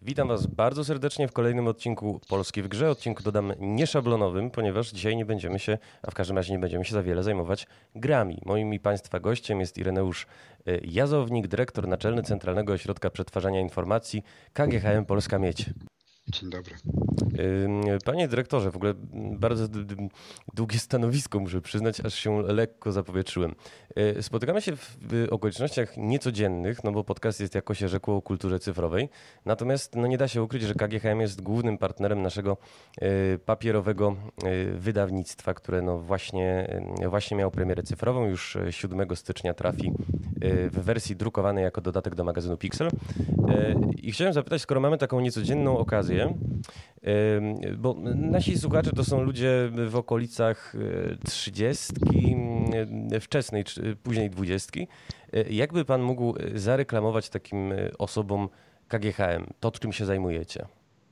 Witam Was bardzo serdecznie w kolejnym odcinku Polski w Grze. Odcinku dodam nieszablonowym, ponieważ dzisiaj nie będziemy się, a w każdym razie nie będziemy się za wiele zajmować grami. Moim i Państwa gościem jest Ireneusz Jazownik, dyrektor naczelny Centralnego Ośrodka Przetwarzania Informacji KGHM Polska Miedź. Dzień dobry. Panie dyrektorze, w ogóle bardzo długie stanowisko, muszę przyznać, aż się lekko zapowietrzyłem. Spotykamy się w okolicznościach niecodziennych, no bo podcast jest, jako się rzekło, o kulturze cyfrowej. Natomiast nie da się ukryć, że KGHM jest głównym partnerem naszego papierowego wydawnictwa, które właśnie miało premierę cyfrową. Już 7 stycznia trafi w wersji drukowanej jako dodatek do magazynu Pixel. I chciałem zapytać, skoro mamy taką niecodzienną okazję, bo nasi słuchacze to są ludzie w okolicach 30, wczesnej, później 20. Jakby pan mógł zareklamować takim osobom KGHM, to czym się zajmujecie?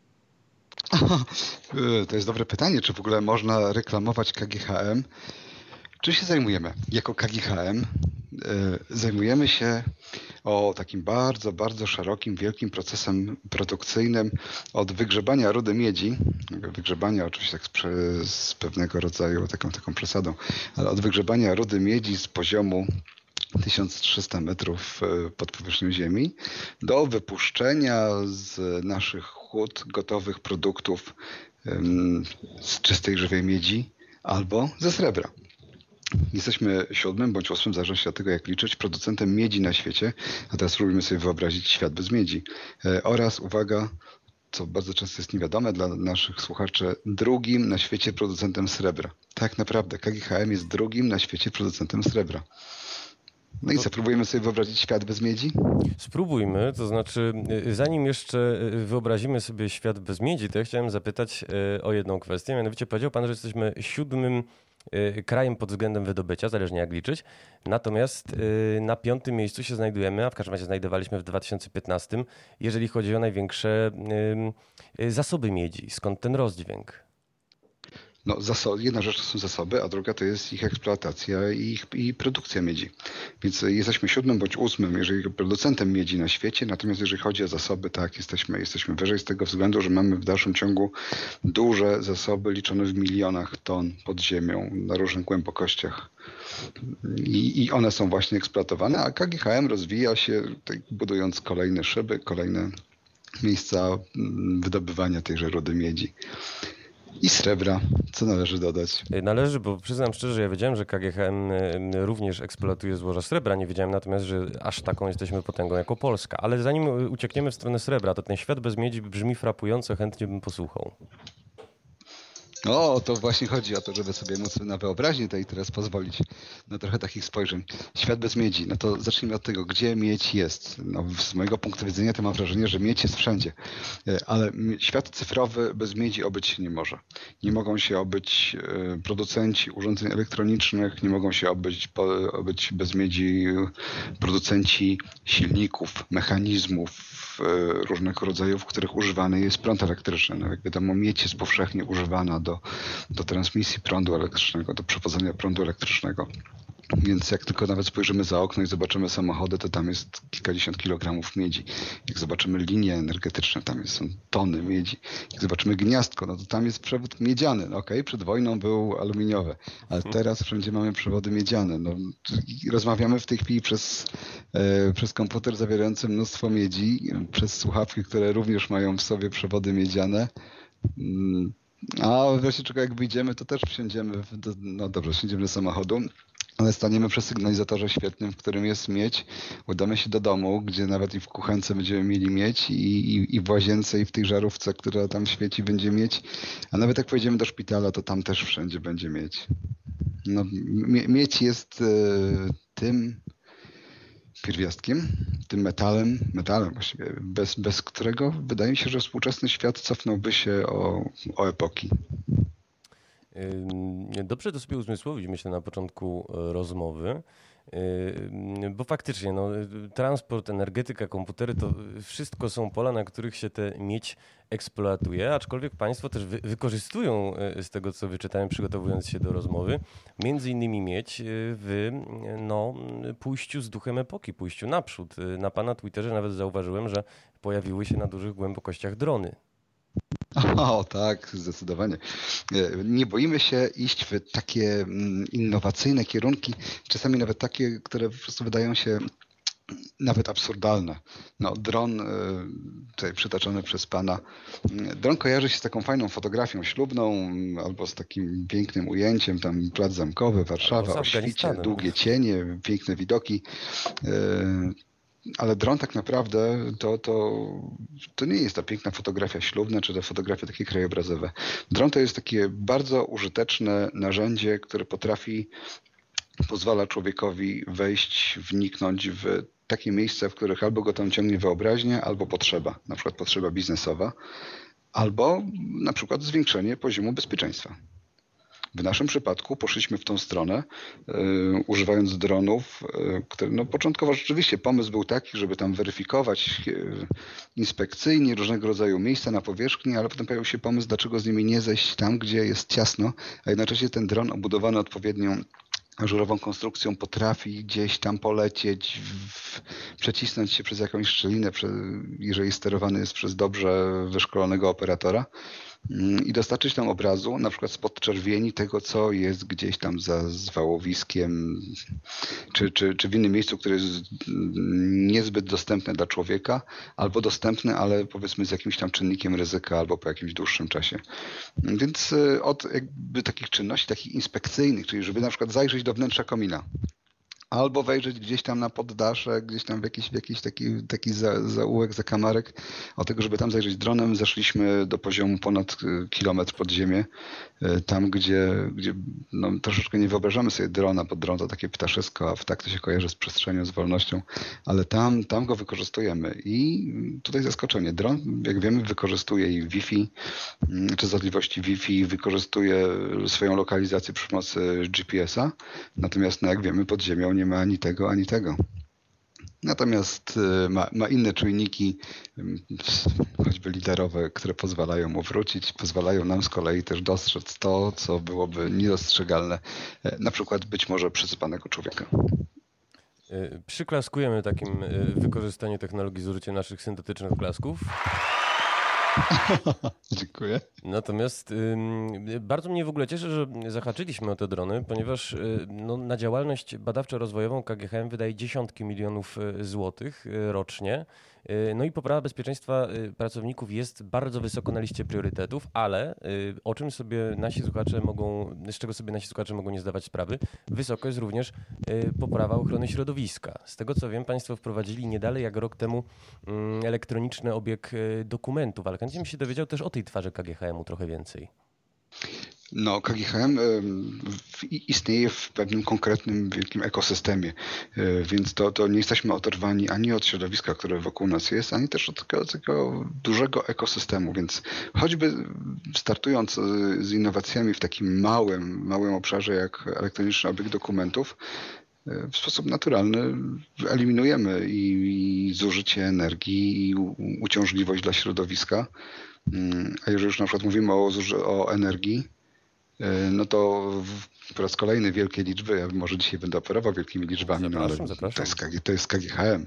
To jest dobre pytanie, czy w ogóle można reklamować KGHM? Czym się zajmujemy? Jako KGHM zajmujemy się takim bardzo, bardzo szerokim, wielkim procesem produkcyjnym od wygrzebania rudy miedzi, wygrzebania oczywiście tak z pewnego rodzaju taką przesadą, ale od wygrzebania rudy miedzi z poziomu 1300 metrów pod powierzchnią ziemi do wypuszczenia z naszych hut gotowych produktów z czystej żywej miedzi albo ze srebra. Jesteśmy 7. bądź 8, w zależności od tego, jak liczyć, producentem miedzi na świecie, a teraz spróbujmy sobie wyobrazić świat bez miedzi. Oraz, uwaga, co bardzo często jest niewiadome dla naszych słuchaczy, drugim na świecie producentem srebra. Tak naprawdę, KGHM jest drugim na świecie producentem srebra. No i co, próbujemy sobie wyobrazić świat bez miedzi? Spróbujmy, to znaczy zanim jeszcze wyobrazimy sobie świat bez miedzi, to ja chciałem zapytać o jedną kwestię. Mianowicie powiedział pan, że jesteśmy 7. krajem pod względem wydobycia, zależnie jak liczyć. Natomiast na 5. miejscu się znajdujemy, a w każdym razie znajdowaliśmy w 2015, jeżeli chodzi o największe zasoby miedzi. Skąd ten rozdźwięk? No, jedna rzecz to są zasoby, a druga to jest ich eksploatacja i produkcja miedzi. Więc jesteśmy 7. bądź 8, jeżeli producentem miedzi na świecie, natomiast jeżeli chodzi o zasoby, tak, jesteśmy wyżej z tego względu, że mamy w dalszym ciągu duże zasoby liczone w milionach ton pod ziemią na różnych głębokościach. I one są właśnie eksploatowane, a KGHM rozwija się, budując kolejne szyby, kolejne miejsca wydobywania tejże rudy miedzi. I srebra. Co należy dodać? Należy, bo przyznam szczerze, że ja wiedziałem, że KGHM również eksploatuje złoża srebra. Nie wiedziałem natomiast, że aż taką jesteśmy potęgą jako Polska. Ale zanim uciekniemy w stronę srebra, to ten świat bez miedzi brzmi frapująco, chętnie bym posłuchał. To właśnie chodzi o to, żeby sobie móc na wyobraźnię tutaj teraz pozwolić na trochę takich spojrzeń. Świat bez miedzi. No to zacznijmy od tego, gdzie miedź jest. No, z mojego punktu widzenia to mam wrażenie, że miedź jest wszędzie. Ale świat cyfrowy bez miedzi obyć się nie może. Nie mogą się obyć producenci urządzeń elektronicznych, nie mogą się obyć bez miedzi producenci silników, mechanizmów różnego rodzaju, w których używany jest prąd elektryczny. No, jak wiadomo, miedź jest powszechnie używana do transmisji prądu elektrycznego, do przewodzenia prądu elektrycznego. Więc jak tylko nawet spojrzymy za okno i zobaczymy samochody, to tam jest kilkadziesiąt kilogramów miedzi. Jak zobaczymy linie energetyczne, tam są tony miedzi. Jak zobaczymy gniazdko, no to tam jest przewód miedziany. No okej, przed wojną był aluminiowy, ale teraz wszędzie mamy przewody miedziane. No, rozmawiamy w tej chwili przez komputer zawierający mnóstwo miedzi, przez słuchawki, które również mają w sobie przewody miedziane. A wreszcie czego, jak wyjdziemy, to też wsiądziemy do samochodu, ale staniemy przy sygnalizatorze świetnym, w którym jest miedź. Udamy się do domu, gdzie nawet i w kuchence będziemy mieli miedź i w łazience i w tej żarówce, która tam świeci, będzie miedź. A nawet jak pojedziemy do szpitala, to tam też wszędzie będzie miedź. No, miedź jest tym pierwiastkiem, tym metalem właściwie, bez którego wydaje mi się, że współczesny świat cofnąłby się o epoki. Dobrze to sobie uzmysłowić, myślę, na początku rozmowy. Bo faktycznie transport, energetyka, komputery to wszystko są pola, na których się tę miedź eksploatuje, aczkolwiek państwo też wykorzystują z tego, co wyczytałem przygotowując się do rozmowy, między innymi miedź w pójściu z duchem epoki, pójściu naprzód. Na pana Twitterze nawet zauważyłem, że pojawiły się na dużych głębokościach drony. O tak, zdecydowanie. Nie boimy się iść w takie innowacyjne kierunki, czasami nawet takie, które po prostu wydają się nawet absurdalne. Dron, tutaj przytaczony przez pana, dron kojarzy się z taką fajną fotografią ślubną albo z takim pięknym ujęciem, tam plac zamkowy, Warszawa, o świcie, długie cienie, piękne widoki. Ale dron tak naprawdę to nie jest ta piękna fotografia ślubna, czy te fotografie takie krajobrazowe. Dron to jest takie bardzo użyteczne narzędzie, które pozwala człowiekowi wejść, wniknąć w takie miejsca, w których albo go tam ciągnie wyobraźnia, albo potrzeba, na przykład potrzeba biznesowa, albo na przykład zwiększenie poziomu bezpieczeństwa. W naszym przypadku poszliśmy w tą stronę, używając dronów, które początkowo rzeczywiście pomysł był taki, żeby tam weryfikować inspekcyjnie różnego rodzaju miejsca na powierzchni, ale potem pojawił się pomysł, dlaczego z nimi nie zejść tam, gdzie jest ciasno, a jednocześnie ten dron obudowany odpowiednią ażurową konstrukcją potrafi gdzieś tam polecieć, przecisnąć się przez jakąś szczelinę, jeżeli sterowany jest przez dobrze wyszkolonego operatora i dostarczyć tam obrazu, na przykład spod czerwieni tego, co jest gdzieś tam za zwałowiskiem, czy w innym miejscu, które jest niezbyt dostępne dla człowieka, albo dostępne, ale powiedzmy z jakimś tam czynnikiem ryzyka, albo po jakimś dłuższym czasie. Więc od jakby takich czynności, takich inspekcyjnych, czyli żeby na przykład zajrzeć do wnętrza komina, albo wejrzeć gdzieś tam na poddasze, gdzieś tam w jakiś taki zaułek, zakamarek. Od tego, żeby tam zajrzeć dronem, zeszliśmy do poziomu ponad kilometr pod ziemię. Tam, gdzie troszeczkę nie wyobrażamy sobie drona, bo dron to takie ptaszysko, a ptak to się kojarzy z przestrzenią, z wolnością, ale tam go wykorzystujemy. I tutaj zaskoczenie. Dron, jak wiemy, wykorzystuje i Wi-Fi, częstotliwości Wi-Fi, wykorzystuje swoją lokalizację przy pomocy GPS-a, natomiast jak wiemy, pod ziemią nie ma ani tego, ani tego. Natomiast ma inne czujniki, choćby liderowe, które pozwalają mu wrócić, pozwalają nam z kolei też dostrzec to, co byłoby niedostrzegalne, na przykład być może przysypanego człowieka. Przyklaskujemy takim wykorzystaniu technologii z użyciem naszych syntetycznych oklasków. Dziękuję. Natomiast bardzo mnie w ogóle cieszy, że zahaczyliśmy o te drony, ponieważ na działalność badawczo-rozwojową KGHM wydaje dziesiątki milionów złotych rocznie. No i poprawa bezpieczeństwa pracowników jest bardzo wysoko na liście priorytetów, ale z czego sobie nasi słuchacze mogą nie zdawać sprawy, wysoko jest również poprawa ochrony środowiska. Z tego co wiem, państwo wprowadzili nie dalej jak rok temu elektroniczny obieg dokumentów, ale chętnie bym się dowiedział też o tej twarzy KGHM-u trochę więcej. KGHM istnieje w pewnym konkretnym wielkim ekosystemie, więc to nie jesteśmy oderwani ani od środowiska, które wokół nas jest, ani też od takiego dużego ekosystemu, więc choćby startując z innowacjami w takim małym obszarze jak elektroniczny obieg dokumentów, w sposób naturalny eliminujemy i zużycie energii, i uciążliwość dla środowiska. A jeżeli już na przykład mówimy o energii, no to po raz kolejny wielkie liczby. Ja może dzisiaj będę operował wielkimi liczbami, zapraszam. To jest KGHM.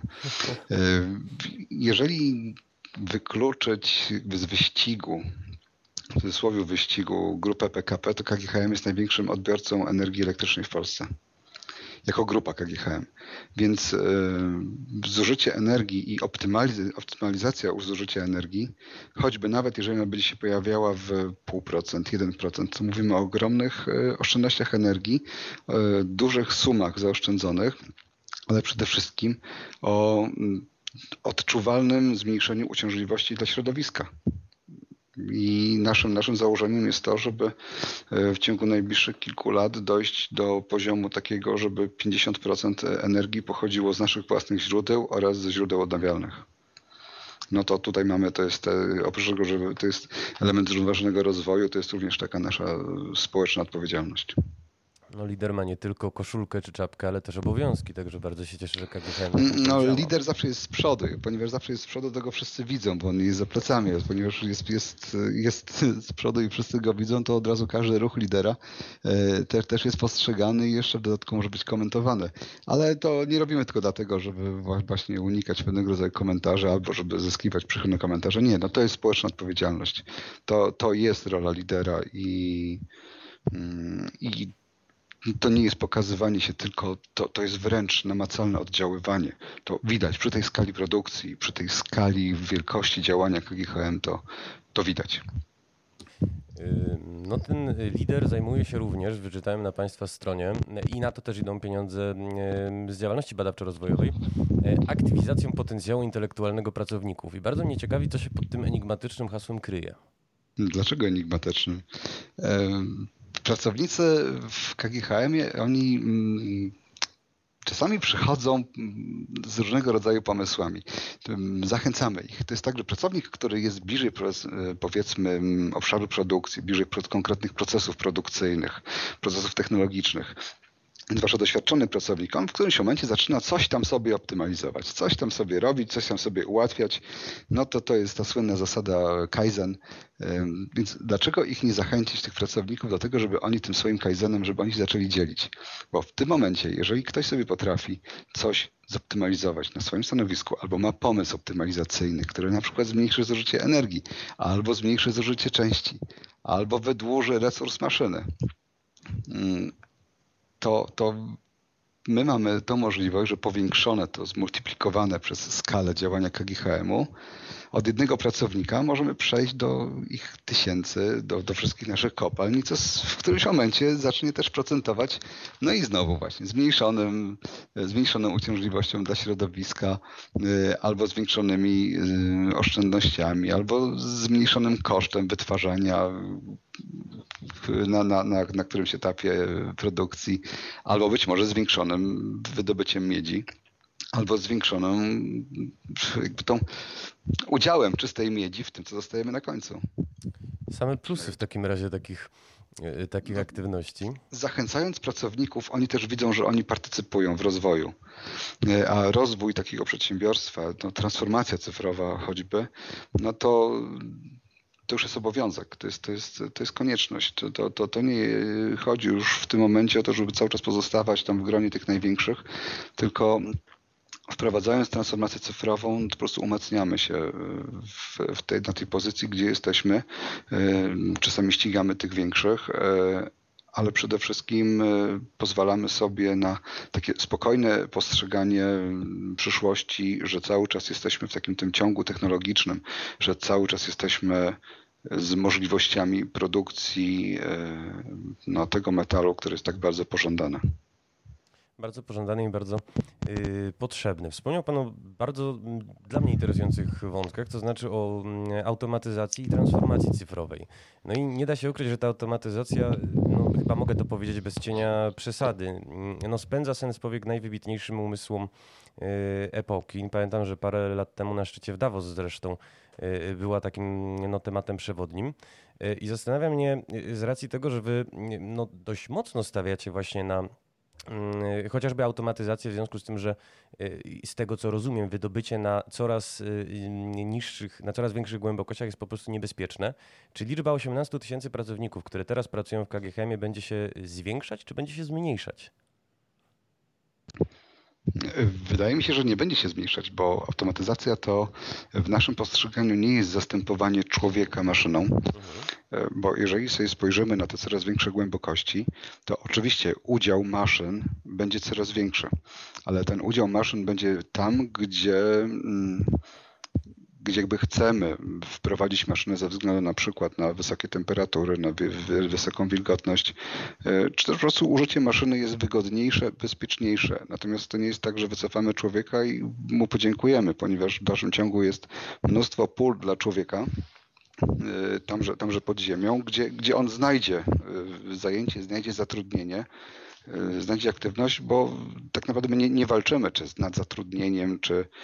Jeżeli wykluczyć z wyścigu, w cudzysłowie wyścigu, grupę PKP, to KGHM jest największym odbiorcą energii elektrycznej w Polsce. Jako grupa KGHM. Więc zużycie energii i optymalizacja zużycia energii, choćby nawet jeżeli ona będzie się pojawiała w 0,5%, 1%, to mówimy o ogromnych oszczędnościach energii, dużych sumach zaoszczędzonych, ale przede wszystkim o odczuwalnym zmniejszeniu uciążliwości dla środowiska. I naszym założeniem jest to, żeby w ciągu najbliższych kilku lat dojść do poziomu takiego, żeby 50% energii pochodziło z naszych własnych źródeł oraz ze źródeł odnawialnych. No to tutaj mamy, oprócz tego, że to jest element zrównoważonego rozwoju, to jest również taka nasza społeczna odpowiedzialność. No lider ma nie tylko koszulkę czy czapkę, ale też obowiązki, także bardzo się cieszę, że KGHM na tym No, działa. lider zawsze jest z przodu, ponieważ zawsze jest z przodu, to go wszyscy widzą, bo on jest za plecami, ponieważ jest z przodu i wszyscy go widzą, to od razu każdy ruch lidera też jest postrzegany i jeszcze dodatkowo może być komentowany. Ale to nie robimy tylko dlatego, żeby właśnie unikać pewnego rodzaju komentarzy albo żeby zyskiwać przychylne komentarze. Nie, no to jest społeczna odpowiedzialność. To jest rola lidera i to nie jest pokazywanie się, tylko to jest wręcz namacalne oddziaływanie. To widać przy tej skali produkcji, przy tej skali wielkości działania KGHM, to widać. No ten lider zajmuje się również, wyczytałem na Państwa stronie i na to też idą pieniądze z działalności badawczo-rozwojowej, aktywizacją potencjału intelektualnego pracowników. I bardzo mnie ciekawi, co się pod tym enigmatycznym hasłem kryje. Dlaczego enigmatycznym? Pracownicy w KGHM-ie, oni czasami przychodzą z różnego rodzaju pomysłami. Zachęcamy ich. To jest tak, że pracownik, który jest bliżej, powiedzmy, obszaru produkcji, bliżej konkretnych procesów produkcyjnych, procesów technologicznych, zwłaszcza doświadczony pracownik, on w którymś momencie zaczyna coś tam sobie optymalizować, coś tam sobie robić, coś tam sobie ułatwiać. No to jest ta słynna zasada Kaizen. Więc dlaczego ich nie zachęcić, tych pracowników, do tego, żeby oni tym swoim Kaizenem, żeby oni się zaczęli dzielić? Bo w tym momencie, jeżeli ktoś sobie potrafi coś zoptymalizować na swoim stanowisku, albo ma pomysł optymalizacyjny, który na przykład zmniejszy zużycie energii, albo zmniejszy zużycie części, albo wydłuży resurs maszyny, to my mamy tą możliwość, że powiększone to, zmultiplikowane przez skalę działania KGHM-u, od jednego pracownika możemy przejść do ich tysięcy, do wszystkich naszych kopalń, co w którymś momencie zacznie też procentować, no i znowu właśnie zmniejszoną uciążliwością dla środowiska, albo zwiększonymi oszczędnościami, albo zmniejszonym kosztem wytwarzania na którymś etapie produkcji, albo być może zwiększonym wydobyciem miedzi, albo zwiększonym jakby tą udziałem czystej miedzi w tym, co dostajemy na końcu. Same plusy w takim razie takich aktywności. Zachęcając pracowników, oni też widzą, że oni partycypują w rozwoju. A rozwój takiego przedsiębiorstwa, no, transformacja cyfrowa choćby, no to już jest obowiązek, to jest konieczność. To nie chodzi już w tym momencie o to, żeby cały czas pozostawać tam w gronie tych największych, tylko wprowadzając transformację cyfrową, to po prostu umacniamy się na tej pozycji, gdzie jesteśmy. Czasami ścigamy tych większych, ale przede wszystkim pozwalamy sobie na takie spokojne postrzeganie przyszłości, że cały czas jesteśmy w takim tym ciągu technologicznym, że cały czas jesteśmy z możliwościami produkcji tego metalu, który jest tak bardzo pożądany. Bardzo pożądany i bardzo potrzebny. Wspomniał Pan o bardzo dla mnie interesujących wątkach, to znaczy o automatyzacji i transformacji cyfrowej. No i nie da się ukryć, że ta automatyzacja, no chyba mogę to powiedzieć bez cienia przesady, no spędza sens powiek najwybitniejszym umysłom epoki. Pamiętam, że parę lat temu na szczycie w Davos zresztą była takim tematem przewodnim. I zastanawia mnie z racji tego, że wy dość mocno stawiacie właśnie na chociażby automatyzację w związku z tym, że z tego co rozumiem, wydobycie na coraz niższych, na coraz większych głębokościach jest po prostu niebezpieczne. Czy liczba 18 000 pracowników, które teraz pracują w KGHM będzie się zwiększać, czy będzie się zmniejszać? Wydaje mi się, że nie będzie się zmniejszać, bo automatyzacja to w naszym postrzeganiu nie jest zastępowanie człowieka maszyną, bo jeżeli sobie spojrzymy na te coraz większe głębokości, to oczywiście udział maszyn będzie coraz większy, ale ten udział maszyn będzie tam, gdzie jakby chcemy wprowadzić maszynę ze względu na przykład na wysokie temperatury, na wysoką wilgotność, czy też po prostu użycie maszyny jest wygodniejsze, bezpieczniejsze. Natomiast to nie jest tak, że wycofamy człowieka i mu podziękujemy, ponieważ w dalszym ciągu jest mnóstwo pól dla człowieka, tamże pod ziemią, gdzie on znajdzie zajęcie, znajdzie zatrudnienie, znajdzie aktywność, bo tak naprawdę my nie walczymy czy nad zatrudnieniem, czy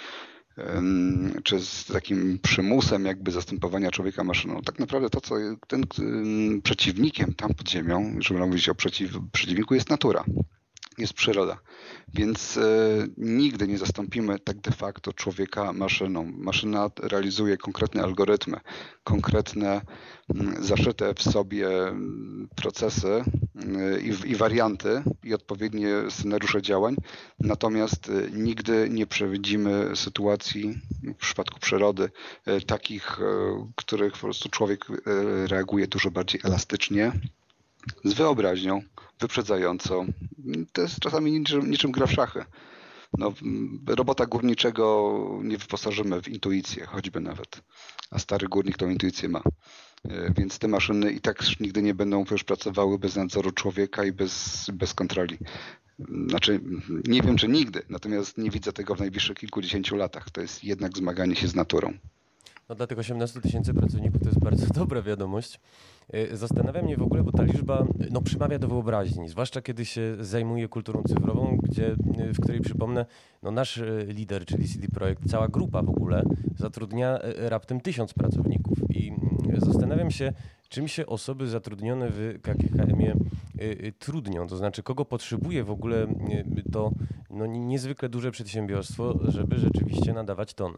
czy z takim przymusem jakby zastępowania człowieka maszyną. Tak naprawdę to, co ten przeciwnikiem tam pod ziemią, żeby mówić o przeciwniku, jest natura, jest przyroda. Więc nigdy nie zastąpimy tak de facto człowieka maszyną. Maszyna realizuje konkretne algorytmy, konkretne zaszyte w sobie procesy i warianty i odpowiednie scenariusze działań. Natomiast nigdy nie przewidzimy sytuacji w przypadku przyrody takich, w których po prostu człowiek reaguje dużo bardziej elastycznie, z wyobraźnią, wyprzedzającą. To jest czasami niczym gra w szachy. No, robota górniczego nie wyposażymy w intuicję, choćby nawet. A stary górnik tą intuicję ma. Więc te maszyny i tak nigdy nie będą już pracowały bez nadzoru człowieka i bez kontroli. Znaczy, nie wiem czy nigdy, natomiast nie widzę tego w najbliższych kilkudziesięciu latach. To jest jednak zmaganie się z naturą. No dla tych 18 000 pracowników to jest bardzo dobra wiadomość. Zastanawia mnie w ogóle, bo ta liczba przymawia do wyobraźni, zwłaszcza kiedy się zajmuje kulturą cyfrową, w której przypomnę, nasz lider, czyli CD Projekt, cała grupa w ogóle zatrudnia raptem 1000 pracowników i zastanawiam się, czym się osoby zatrudnione w KGHM-ie trudnią, to znaczy kogo potrzebuje w ogóle to niezwykle duże przedsiębiorstwo, żeby rzeczywiście nadawać ton.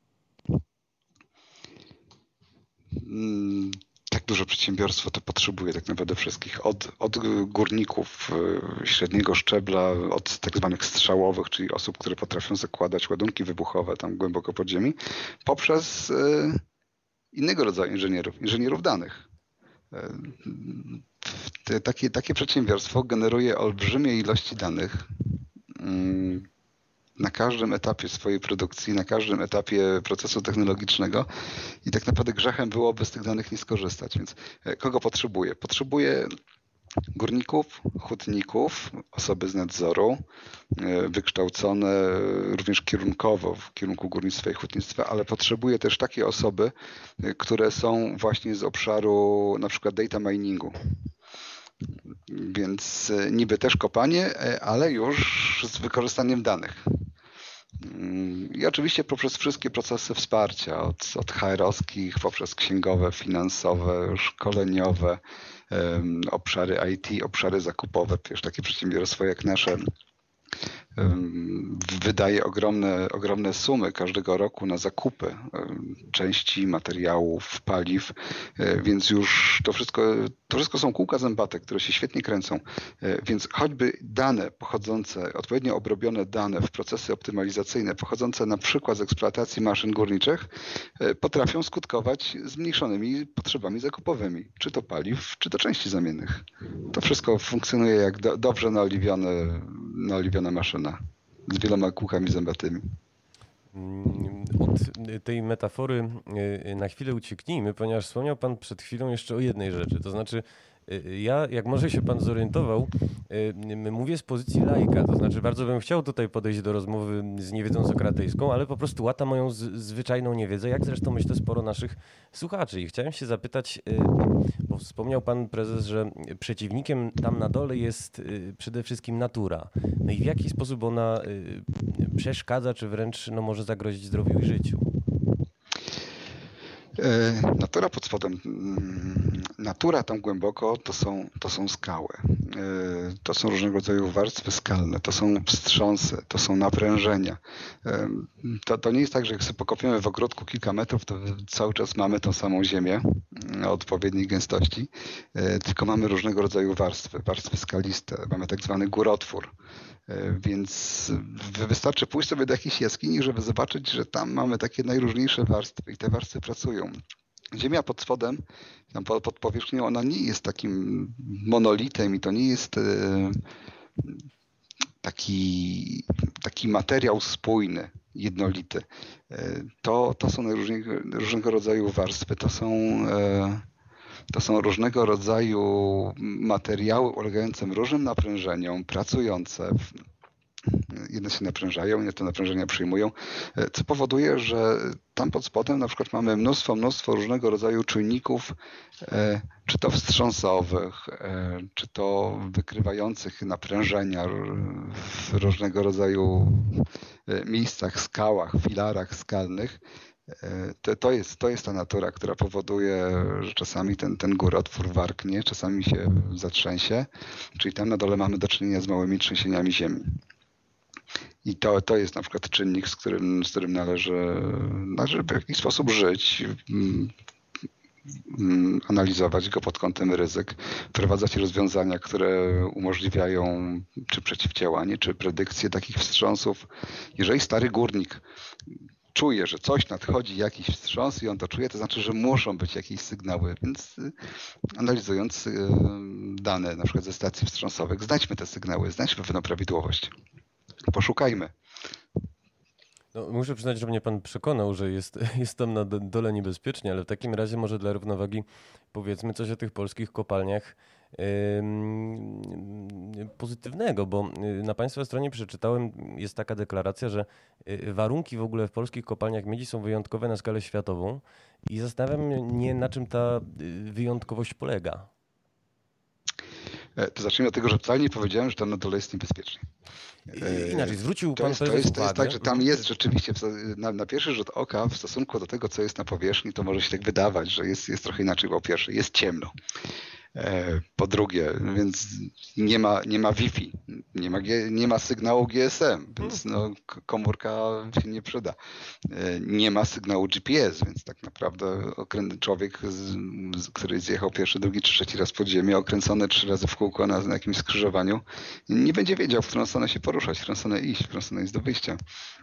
Tak duże przedsiębiorstwo to potrzebuje tak naprawdę wszystkich. Od górników średniego szczebla, od tak zwanych strzałowych, czyli osób, które potrafią zakładać ładunki wybuchowe tam głęboko pod ziemi, poprzez innego rodzaju inżynierów danych. Takie przedsiębiorstwo generuje olbrzymie ilości danych na każdym etapie swojej produkcji, na każdym etapie procesu technologicznego i tak naprawdę grzechem byłoby z tych danych nie skorzystać. Więc kogo potrzebuje? Potrzebuje górników, hutników, osoby z nadzoru, wykształcone również kierunkowo w kierunku górnictwa i hutnictwa, ale potrzebuje też takie osoby, które są właśnie z obszaru na przykład data miningu. Więc niby też kopanie, ale już z wykorzystaniem danych. I oczywiście poprzez wszystkie procesy wsparcia, od HR-owskich, poprzez księgowe, finansowe, szkoleniowe, obszary IT, obszary zakupowe. Przecież takie przedsiębiorstwo jak nasze wydaje ogromne sumy każdego roku na zakupy części, materiałów, paliw, więc już to wszystko są kółka zębate, które się świetnie kręcą, więc choćby dane pochodzące, odpowiednio obrobione dane w procesy optymalizacyjne pochodzące na przykład z eksploatacji maszyn górniczych potrafią skutkować zmniejszonymi potrzebami zakupowymi, czy to paliw, czy to części zamiennych. To wszystko funkcjonuje jak dobrze naoliwiona maszyna z wieloma kółkami zębatymi. Od tej metafory na chwilę ucieknijmy, ponieważ wspomniał Pan przed chwilą jeszcze o jednej rzeczy, to znaczy ja, jak może się Pan zorientował, mówię z pozycji laika, to znaczy bardzo bym chciał tutaj podejść do rozmowy z niewiedzą sokratejską, ale po prostu łata moją zwyczajną niewiedzę, jak zresztą myślę sporo naszych słuchaczy. I chciałem się zapytać, bo wspomniał Pan prezes, że przeciwnikiem tam na dole jest przede wszystkim natura. No i w jaki sposób ona przeszkadza, czy wręcz może zagrozić zdrowiu i życiu? Natura pod spodem, natura tam głęboko to są skały. To są różnego rodzaju warstwy skalne, to są wstrząsy, to są naprężenia. To nie jest tak, że jak sobie pokopiemy w ogródku kilka metrów, to cały czas mamy tą samą ziemię o odpowiedniej gęstości, tylko mamy różnego rodzaju warstwy skaliste, mamy tak zwany górotwór. Więc wystarczy pójść sobie do jakiejś jaskini, żeby zobaczyć, że tam mamy takie najróżniejsze warstwy i te warstwy pracują. Ziemia pod spodem, tam pod powierzchnią, ona nie jest takim monolitem i to nie jest taki materiał spójny, jednolity. To są różnego rodzaju warstwy, to są różnego rodzaju materiały ulegające różnym naprężeniom, pracujące. Jedne się naprężają, inne te naprężenia przyjmują, co powoduje, że tam pod spodem na przykład mamy mnóstwo różnego rodzaju czujników, czy to wstrząsowych, czy to wykrywających naprężenia w różnego rodzaju miejscach, skałach, filarach skalnych, to jest ta natura, która powoduje, że czasami ten górotwór warknie, czasami się zatrzęsie, czyli tam na dole mamy do czynienia z małymi trzęsieniami ziemi. I to jest na przykład czynnik, z którym należy w jakiś sposób żyć, analizować go pod kątem ryzyk, wprowadzać rozwiązania, które umożliwiają czy przeciwdziałanie, czy predykcję takich wstrząsów. Jeżeli stary górnik czuje, że coś nadchodzi, jakiś wstrząs i on to czuje, to znaczy, że muszą być jakieś sygnały, więc analizując dane na przykład ze stacji wstrząsowych, znajdźmy te sygnały, znajdźmy pewną prawidłowość. Poszukajmy. No, muszę przyznać, że mnie pan przekonał, że jest tam na dole niebezpiecznie, ale w takim razie może dla równowagi powiedzmy coś o tych polskich kopalniach pozytywnego, bo na państwa stronie przeczytałem, jest taka deklaracja, że warunki w ogóle w polskich kopalniach miedzi są wyjątkowe na skalę światową i zastanawiam mnie, na czym ta wyjątkowość polega. To zacznijmy od tego, że wcale nie powiedziałem, że tam na dole jest niebezpiecznie. Inaczej, zwrócił pan to jest tak, że tam jest rzeczywiście na pierwszy rzut oka w stosunku do tego, co jest na powierzchni, to może się tak wydawać, że jest trochę inaczej, bo po pierwsze jest ciemno. Po drugie, więc nie ma Wi-Fi, nie ma sygnału GSM, więc komórka się nie przyda. Nie ma sygnału GPS, więc tak naprawdę człowiek, który zjechał pierwszy, drugi czy trzeci raz pod ziemię, okręcony 3 razy w kółko na jakimś skrzyżowaniu, nie będzie wiedział, w którą stronę się poruszać, w którą stronę iść, w którą stronę iść do wyjścia.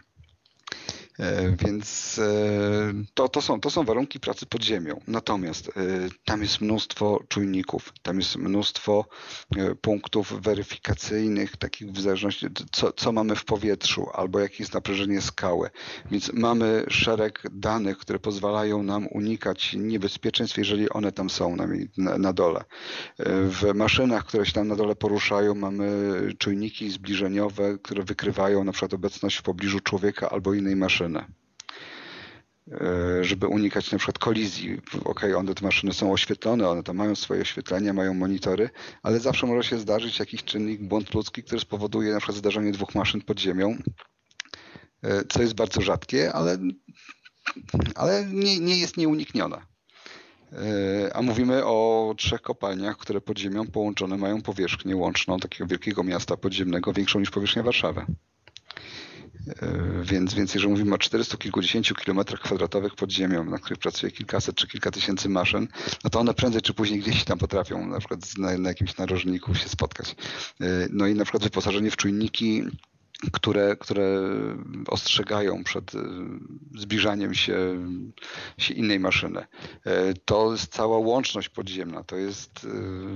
Więc to są warunki pracy pod ziemią. Natomiast tam jest mnóstwo czujników, tam jest mnóstwo punktów weryfikacyjnych, takich w zależności co mamy w powietrzu albo jakie jest naprężenie skały. Więc mamy szereg danych, które pozwalają nam unikać niebezpieczeństw, jeżeli one tam są na dole. W maszynach, które się tam na dole poruszają, mamy czujniki zbliżeniowe, które wykrywają na przykład obecność w pobliżu człowieka albo innej maszyny, żeby unikać na przykład kolizji. One te maszyny są oświetlone, one tam mają swoje oświetlenia, mają monitory, ale zawsze może się zdarzyć jakiś czynnik, błąd ludzki, który spowoduje na przykład zdarzenie 2 maszyn pod ziemią, co jest bardzo rzadkie, ale nie jest nieuniknione. A mówimy o 3 kopalniach, które pod ziemią połączone mają powierzchnię łączną takiego wielkiego miasta podziemnego, większą niż powierzchnia Warszawy. Więc jeżeli mówimy o 400 kilkudziesięciu kilometrach kwadratowych pod ziemią, na których pracuje kilkaset czy kilka tysięcy maszyn, no to one prędzej czy później gdzieś tam potrafią na przykład na jakimś narożniku się spotkać. No i na przykład wyposażenie w czujniki, które ostrzegają przed zbliżaniem się innej maszyny. To jest cała łączność podziemna, to jest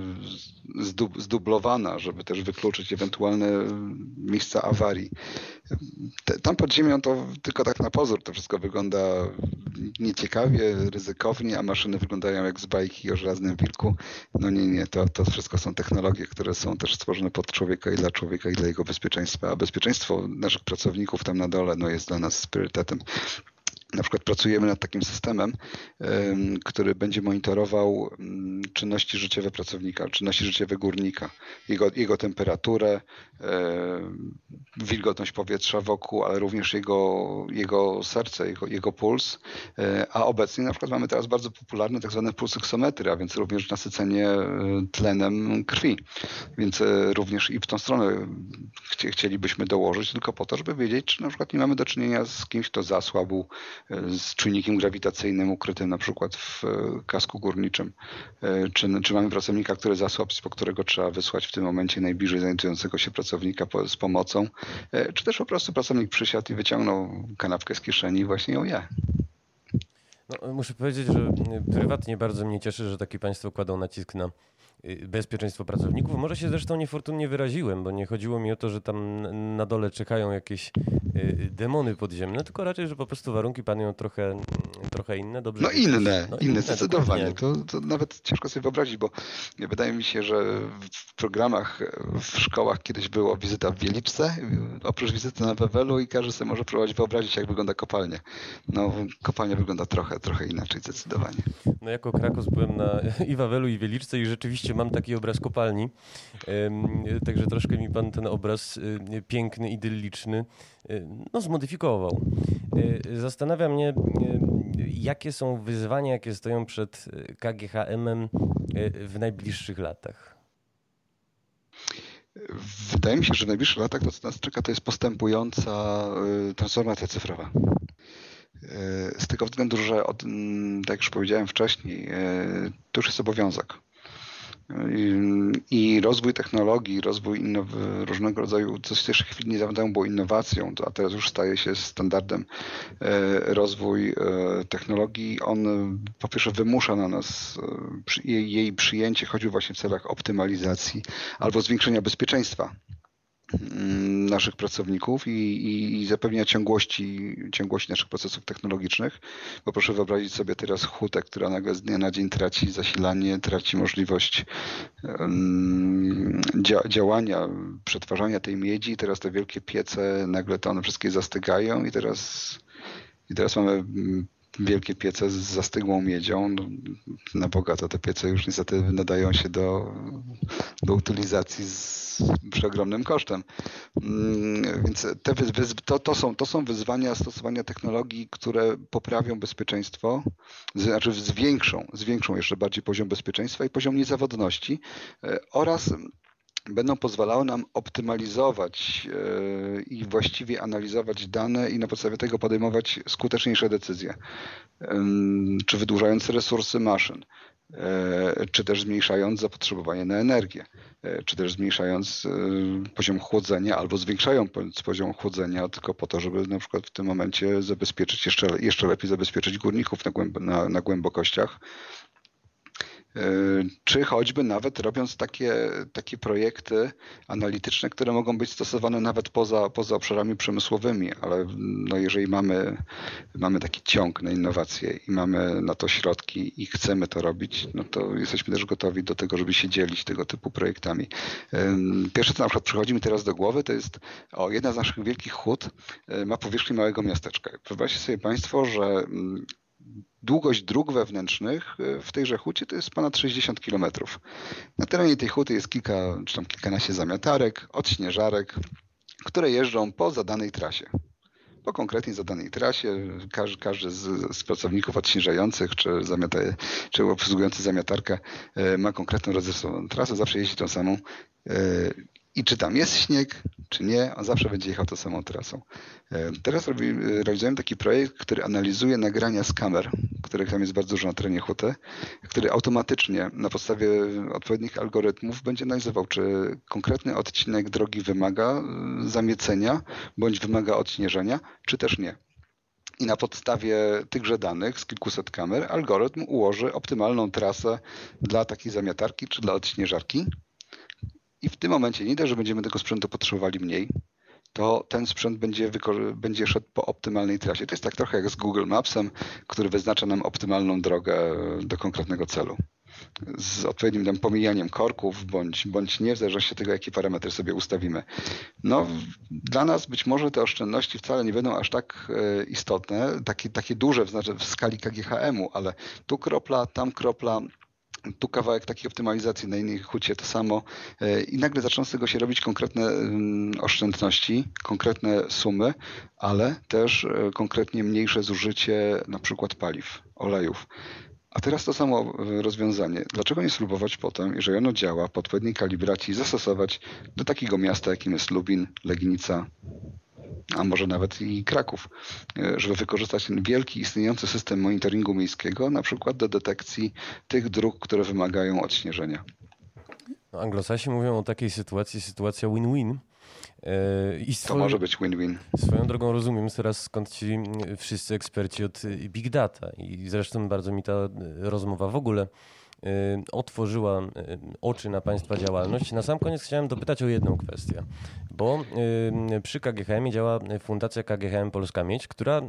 zdublowana, żeby też wykluczyć ewentualne miejsca awarii. Tam pod ziemią to tylko tak na pozór to wszystko wygląda nieciekawie, ryzykownie, a maszyny wyglądają jak z bajki o żelaznym wilku. No nie, to wszystko są technologie, które są też stworzone pod człowieka i dla jego bezpieczeństwa, a bezpieczeństwo naszych pracowników tam na dole jest dla nas priorytetem. Na przykład pracujemy nad takim systemem, który będzie monitorował czynności życiowe pracownika, czynności życiowe górnika, jego temperaturę, wilgotność powietrza wokół, ale również jego serce, jego puls. A obecnie na przykład mamy teraz bardzo popularne tak zwane pulsoksometry, a więc również nasycenie tlenem krwi. Więc również i w tą stronę chcielibyśmy dołożyć, tylko po to, żeby wiedzieć, czy na przykład nie mamy do czynienia z kimś, kto zasłabł, z czynnikiem grawitacyjnym ukrytym na przykład w kasku górniczym. Czy mamy pracownika, który zasłabł, po którego trzeba wysłać w tym momencie najbliżej znajdującego się pracownika z pomocą, czy też po prostu pracownik przysiadł i wyciągnął kanapkę z kieszeni i właśnie ją je. No, muszę powiedzieć, że prywatnie bardzo mnie cieszy, że takie państwo kładą nacisk na bezpieczeństwo pracowników. Może się zresztą niefortunnie wyraziłem, bo nie chodziło mi o to, że tam na dole czekają jakieś demony podziemne, tylko raczej, że po prostu warunki panują trochę inne. Dobrze, no inne zdecydowanie. To nawet ciężko sobie wyobrazić, bo wydaje mi się, że w programach w szkołach kiedyś była wizyta w Wieliczce, oprócz wizyty na Wawelu i każdy sobie może próbować wyobrazić, jak wygląda kopalnia. No kopalnia wygląda trochę inaczej zdecydowanie. No jako Krakos byłem i Wawelu i Wieliczce i rzeczywiście rzeczywiście mam taki obraz kopalni, także troszkę mi pan ten obraz piękny, idylliczny zmodyfikował. Zastanawia mnie, jakie są wyzwania, jakie stoją przed KGHM-em w najbliższych latach. Wydaje mi się, że w najbliższych latach to, co nas czeka, to jest postępująca transformacja cyfrowa. Z tego względu, że tak jak już powiedziałem wcześniej, to już jest obowiązek. I rozwój technologii, rozwój różnego rodzaju, coś też chwili niedawno było innowacją, a teraz już staje się standardem. Rozwój technologii, on po pierwsze wymusza na nas jej przyjęcie, choćby właśnie w celach optymalizacji albo zwiększenia bezpieczeństwa naszych pracowników i zapewnienia ciągłości naszych procesów technologicznych. Bo proszę wyobrazić sobie teraz hutę, która nagle z dnia na dzień traci zasilanie, traci możliwość działania, przetwarzania tej miedzi. Teraz te wielkie piece, nagle to one wszystkie zastygają i teraz mamy wielkie piece z zastygłą miedzią. Na bogato te piece już niestety nadają się do utylizacji przy ogromnym kosztem. Więc to są wyzwania stosowania technologii, które poprawią bezpieczeństwo, znaczy zwiększą jeszcze bardziej poziom bezpieczeństwa i poziom niezawodności oraz będą pozwalały nam optymalizować i właściwie analizować dane i na podstawie tego podejmować skuteczniejsze decyzje. Czy wydłużając resursy maszyn, czy też zmniejszając zapotrzebowanie na energię, czy też zmniejszając poziom chłodzenia albo zwiększając poziom chłodzenia tylko po to, żeby na przykład w tym momencie zabezpieczyć jeszcze lepiej zabezpieczyć górników na głębokościach. Czy choćby nawet robiąc takie projekty analityczne, które mogą być stosowane nawet poza obszarami przemysłowymi, ale jeżeli mamy taki ciąg na innowacje i mamy na to środki i chcemy to robić, no to jesteśmy też gotowi do tego, żeby się dzielić tego typu projektami. Pierwsze, co na przykład przychodzi mi teraz do głowy, to jest jedna z naszych wielkich hut ma powierzchnię małego miasteczka. Wyobraźcie sobie Państwo, że długość dróg wewnętrznych w tejże hucie to jest ponad 60 km. Na terenie tej huty jest kilka czy tam kilkanaście zamiatarek, odśnieżarek, które jeżdżą po zadanej trasie. Po konkretnie zadanej trasie każdy z pracowników odśnieżających czy obsługujący zamiatarkę ma konkretną rozrysowaną trasę, zawsze jeździ tą samą. I czy tam jest śnieg, czy nie, on zawsze będzie jechał tą samą trasą. Teraz realizujemy taki projekt, który analizuje nagrania z kamer, których tam jest bardzo dużo na terenie huty, który automatycznie na podstawie odpowiednich algorytmów będzie analizował, czy konkretny odcinek drogi wymaga zamiecenia, bądź wymaga odśnieżenia, czy też nie. I na podstawie tychże danych z kilkuset kamer algorytm ułoży optymalną trasę dla takiej zamiatarki czy dla odśnieżarki. I w tym momencie nie dość, że będziemy tego sprzętu potrzebowali mniej, to ten sprzęt będzie szedł po optymalnej trasie. To jest tak trochę jak z Google Mapsem, który wyznacza nam optymalną drogę do konkretnego celu. Z odpowiednim tam pomijaniem korków, bądź nie, w zależności od tego, jakie parametry sobie ustawimy. No, dla nas być może te oszczędności wcale nie będą aż tak istotne, takie duże w skali KGHM-u, ale tu kropla, tam kropla, tu kawałek takiej optymalizacji, na innej hucie to samo i nagle zaczną z tego się robić konkretne oszczędności, konkretne sumy, ale też konkretnie mniejsze zużycie na przykład paliw, olejów. A teraz to samo rozwiązanie. Dlaczego nie spróbować potem, jeżeli ono działa, po odpowiedniej kalibracji zastosować do takiego miasta, jakim jest Lubin, Legnica, a może nawet i Kraków, żeby wykorzystać ten wielki istniejący system monitoringu miejskiego, na przykład do detekcji tych dróg, które wymagają odśnieżenia. No, Anglosasi mówią o takiej sytuacji, sytuacja win-win. To może być win-win. Swoją drogą rozumiem teraz, skąd ci wszyscy eksperci od Big Data i zresztą bardzo mi ta rozmowa w ogóle otworzyła oczy na Państwa działalność. Na sam koniec chciałem dopytać o jedną kwestię, bo przy KGHM działa Fundacja KGHM Polska Miedź, która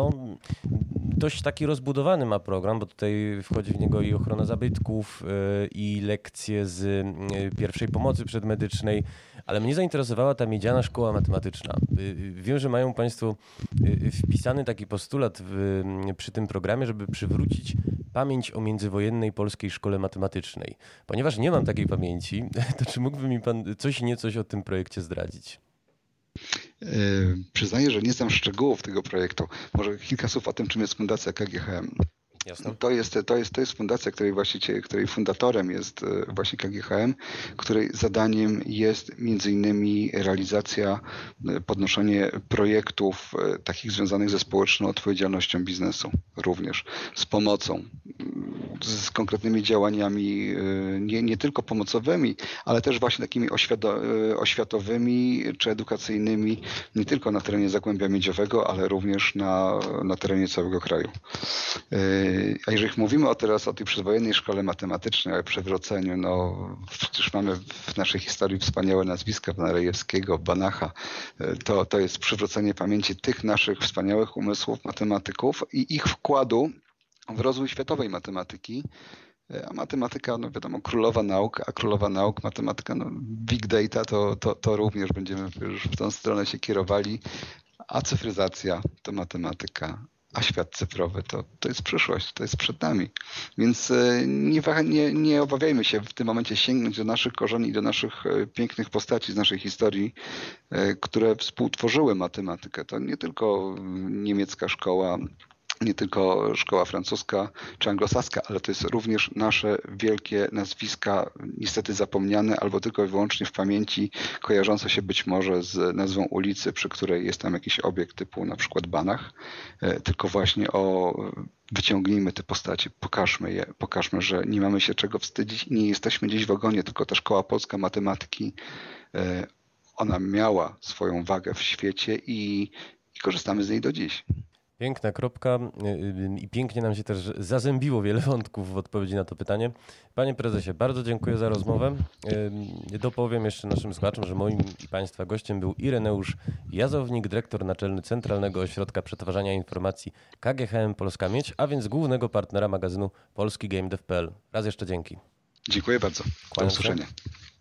dość taki rozbudowany ma program, bo tutaj wchodzi w niego i ochrona zabytków, i lekcje z pierwszej pomocy przedmedycznej, ale mnie zainteresowała ta miedziana szkoła matematyczna. Wiem, że mają Państwo wpisany taki postulat przy tym programie, żeby przywrócić Pamięć o międzywojennej polskiej szkole matematycznej. Ponieważ nie mam takiej pamięci, to czy mógłby mi pan coś o tym projekcie zdradzić? Przyznaję, że nie znam szczegółów tego projektu. Może kilka słów o tym, czym jest Fundacja KGHM. Jasne. To jest fundacja, której fundatorem jest właśnie KGHM, której zadaniem jest między innymi realizacja, podnoszenie projektów takich związanych ze społeczną odpowiedzialnością biznesu również, z pomocą, z konkretnymi działaniami nie tylko pomocowymi, ale też właśnie takimi oświatowymi czy edukacyjnymi, nie tylko na terenie Zagłębia Miedziowego, ale również na terenie całego kraju. A jeżeli mówimy teraz o tej przedwojennej szkole matematycznej, o przewróceniu, no przecież mamy w naszej historii wspaniałe nazwiska pana Rejewskiego, Banacha. To jest przywrócenie pamięci tych naszych wspaniałych umysłów, matematyków i ich wkładu w rozwój światowej matematyki. A matematyka, no wiadomo, królowa nauk, matematyka, no big data, to również będziemy już w tą stronę się kierowali, a cyfryzacja to matematyka. A świat cyfrowy to jest przyszłość, to jest przed nami. Więc nie obawiajmy się w tym momencie sięgnąć do naszych korzeni i do naszych pięknych postaci z naszej historii, które współtworzyły matematykę. To nie tylko niemiecka szkoła, nie tylko szkoła francuska czy anglosaska, ale to jest również nasze wielkie nazwiska, niestety zapomniane albo tylko i wyłącznie w pamięci, kojarzące się być może z nazwą ulicy, przy której jest tam jakiś obiekt typu na przykład Banach, tylko właśnie wyciągnijmy te postacie, pokażmy je, pokażmy, że nie mamy się czego wstydzić i nie jesteśmy gdzieś w ogonie, tylko ta Szkoła Polska Matematyki, ona miała swoją wagę w świecie i korzystamy z niej do dziś. Piękna kropka i pięknie nam się też zazębiło wiele wątków w odpowiedzi na to pytanie. Panie prezesie, bardzo dziękuję za rozmowę. Dopowiem jeszcze naszym słuchaczom, że moim i państwa gościem był Ireneusz Jazownik, dyrektor naczelny Centralnego Ośrodka Przetwarzania Informacji KGHM Polska Miedź, a więc głównego partnera magazynu polskigamedev.pl. Raz jeszcze dzięki. Dziękuję bardzo. Do usłyszenia.